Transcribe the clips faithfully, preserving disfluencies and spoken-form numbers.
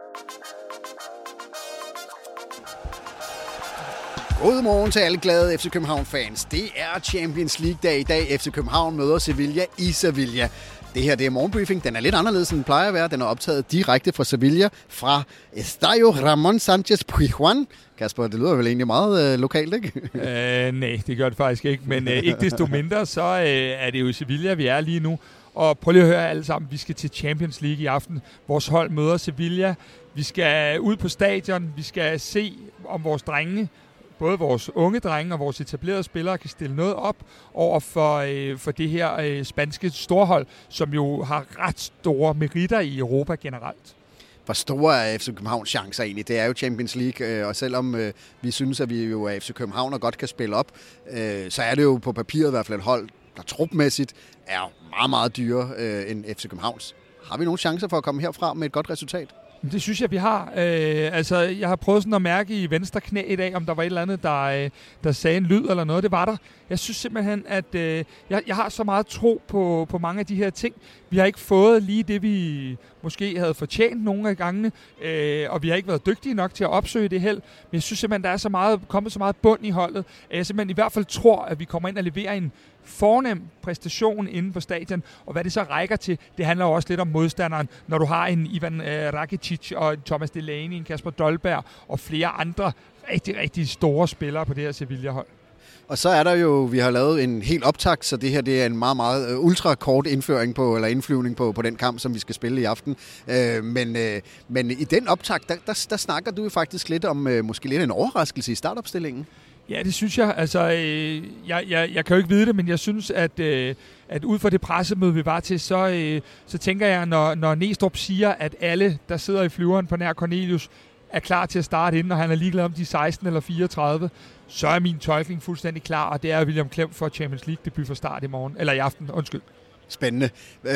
Godmorgen til alle glade F C København-fans. Det er Champions League-dag i dag. F C København møder Sevilla i Sevilla. Det her det er morgenbriefing. Den er lidt anderledes, end den plejer at være. Den er optaget direkte fra Sevilla, fra Estadio Ramon Sánchez Pizjuán. Kasper, det lyder vel egentlig meget øh, lokalt, ikke? øh, nej, det gør det faktisk ikke. Men øh, ikke desto mindre, så øh, er det jo i Sevilla, vi er lige nu. Og prøv lige at høre alle sammen, vi skal til Champions League i aften. Vores hold møder Sevilla. Vi skal ud på stadion. Vi skal se, om vores drenge, både vores unge drenge og vores etablerede spillere, kan stille noget op over for, øh, for det her øh, spanske storhold, som jo har ret store meritter i Europa generelt. Hvor store er F C Københavns chancer egentlig? Det er jo Champions League, og selvom øh, vi synes, at vi jo er F C København og godt kan spille op, øh, så er det jo på papiret i hvert fald et hold, der trupmæssigt er meget, meget dyrere øh, end F C Københavns. Har vi nogle chancer for at komme herfra med et godt resultat? Det synes jeg, vi har. Øh, altså, jeg har prøvet sådan at mærke i venstre knæ i dag, om der var et eller andet, der, øh, der sagde en lyd eller noget. Det var der. Jeg synes simpelthen, at øh, jeg, jeg har så meget tro på, på mange af de her ting. Vi har ikke fået lige det, vi måske havde fortjent nogle af gangene, øh, og vi har ikke været dygtige nok til at opsøge det held. Men jeg synes simpelthen, der er så meget, kommet så meget bund i holdet, at jeg simpelthen i hvert fald tror, at vi kommer ind og leverer en fornem præstation inde på stadion, og hvad det så rækker til, det handler jo også lidt om modstanderen, når du har en Ivan øh, Rakitic og en Thomas Delaney, en Kasper Dolberg og flere andre rigtig, rigtig store spillere på det her Sevilla-hold. Og så er der jo, vi har lavet en helt optakt, så det her det er en meget, meget ultrakort indføring på, eller indflyvning på, på den kamp, som vi skal spille i aften. Øh, men, øh, men i den optakt, der, der, der snakker du jo faktisk lidt om øh, måske lidt en overraskelse i startopstillingen. Ja, det synes jeg. Altså, øh, jeg, jeg, jeg kan jo ikke vide det, men jeg synes, at, øh, at ud fra det pressemøde, vi var til, så, øh, så tænker jeg, når, når Næstrup siger, at alle, der sidder i flyveren på nær Cornelius, er klar til at starte inden, og han er ligeglad om de seksten eller fireogtredive, så er min tolkning fuldstændig klar, og det er William Klem for Champions League debut for start i morgen, eller i aften, undskyld. Spændende.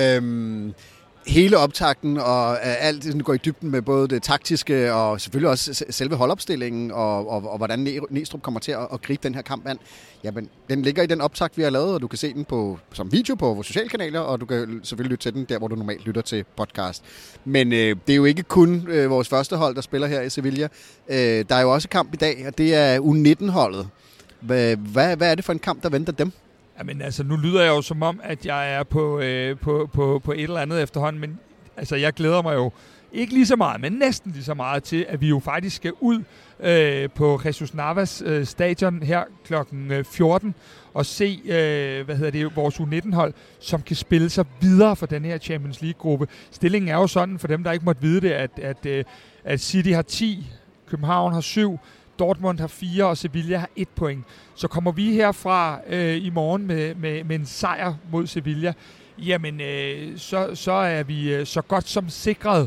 Øhm Hele optakten og alt det går i dybden med både det taktiske og selvfølgelig også selve holdopstillingen og, og, og hvordan Næstrup kommer til at, at gribe den her kamp an. Jamen, den ligger i den optakt, vi har lavet, og du kan se den på, som video på vores sociale kanaler, og du kan selvfølgelig lytte til den der, hvor du normalt lytter til podcast. Men øh, det er jo ikke kun øh, vores første hold, der spiller her i Sevilla. Øh, der er jo også kamp i dag, og det er U nitten-holdet. Hvad, hvad, hvad er det for en kamp, der venter dem? Jamen altså, nu lyder jeg jo som om, at jeg er på, øh, på, på, på et eller andet efterhånden, men altså, jeg glæder mig jo ikke lige så meget, men næsten lige så meget til, at vi jo faktisk skal ud øh, på Jesus Navas øh, stadion her klokken fjorten og se, øh, hvad hedder det, vores U nitten-hold, som kan spille sig videre for den her Champions League-gruppe. Stillingen er jo sådan, for dem, der ikke måtte vide det, at, at, at, at City har ti, København har syv, Dortmund har fire, og Sevilla har et point. Så kommer vi herfra øh, i morgen med, med, med en sejr mod Sevilla, jamen øh, så, så er vi øh, så godt som sikret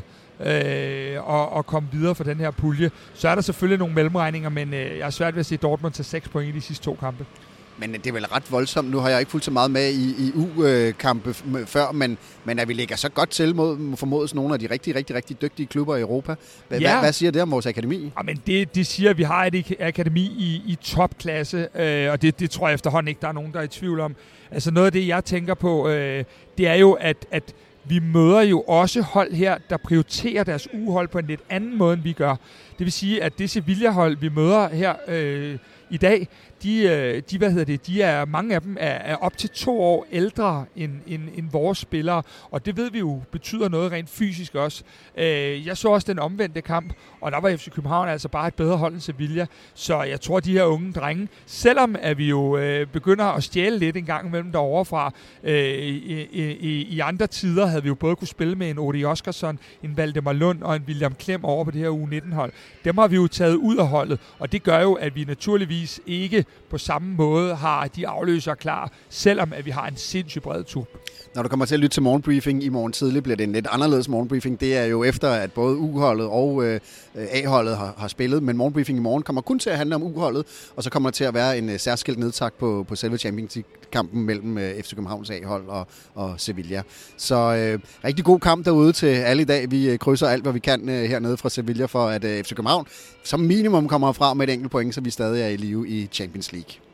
øh, at, at komme videre for den her pulje. Så er der selvfølgelig nogle mellemregninger, men øh, jeg er svært ved at se Dortmund tage seks point i de sidste to kampe. Men det er vel ret voldsomt. Nu har jeg ikke fulgt så meget med i, i U-kampe før, men, men at vi ligger så godt til mod formodes nogle af de rigtig, rigtig, rigtig dygtige klubber i Europa. Hvad, ja. hvad, hvad siger det om vores akademi? Jamen det, det siger, at vi har et akademi i, i topklasse, øh, og det, det tror jeg efterhånden ikke, der er nogen, der er i tvivl om. Altså noget af det, jeg tænker på, øh, det er jo, at, at vi møder jo også hold her, der prioriterer deres uhold på en lidt anden måde, end vi gør. Det vil sige, at det Sevilla-hold, vi møder her øh, i dag, de, de, hvad hedder det, de er, mange af dem er, er op til to år ældre end, end, end vores spillere, og det ved vi jo betyder noget rent fysisk også. Jeg så også den omvendte kamp, og der var F C København altså bare et bedre hold end Sevilla, så jeg tror, de her unge drenge, selvom at vi jo begynder at stjæle lidt en gang imellem derovre fra, i, i, i andre tider havde vi jo både kunne spille med en Odi Oskarsson, en Valdemar Lund og en William Klem over på det her U nitten-hold. Dem har vi jo taget ud af holdet, og det gør jo, at vi naturligvis ikke på samme måde har de afløsere klar, selvom at vi har en sindssygt bred trup. Når du kommer til at lytte til morgenbriefing i morgen tidlig, bliver det en lidt anderledes morgenbriefing. Det er jo efter, at både U-holdet og øh, A-holdet har, har spillet, men morgenbriefing i morgen kommer kun til at handle om U-holdet, og så kommer der til at være en øh, særskilt nedtakt på, på selve Champions League-kampen mellem øh, F C Københavns A-hold og, og Sevilla. Så øh, rigtig god kamp derude til alle i dag. Vi øh, krydser alt, hvad vi kan øh, hernede fra Sevilla for, at øh, F C København som minimum kommer fra med et enkelt point, så vi stadig er i live i Champions League.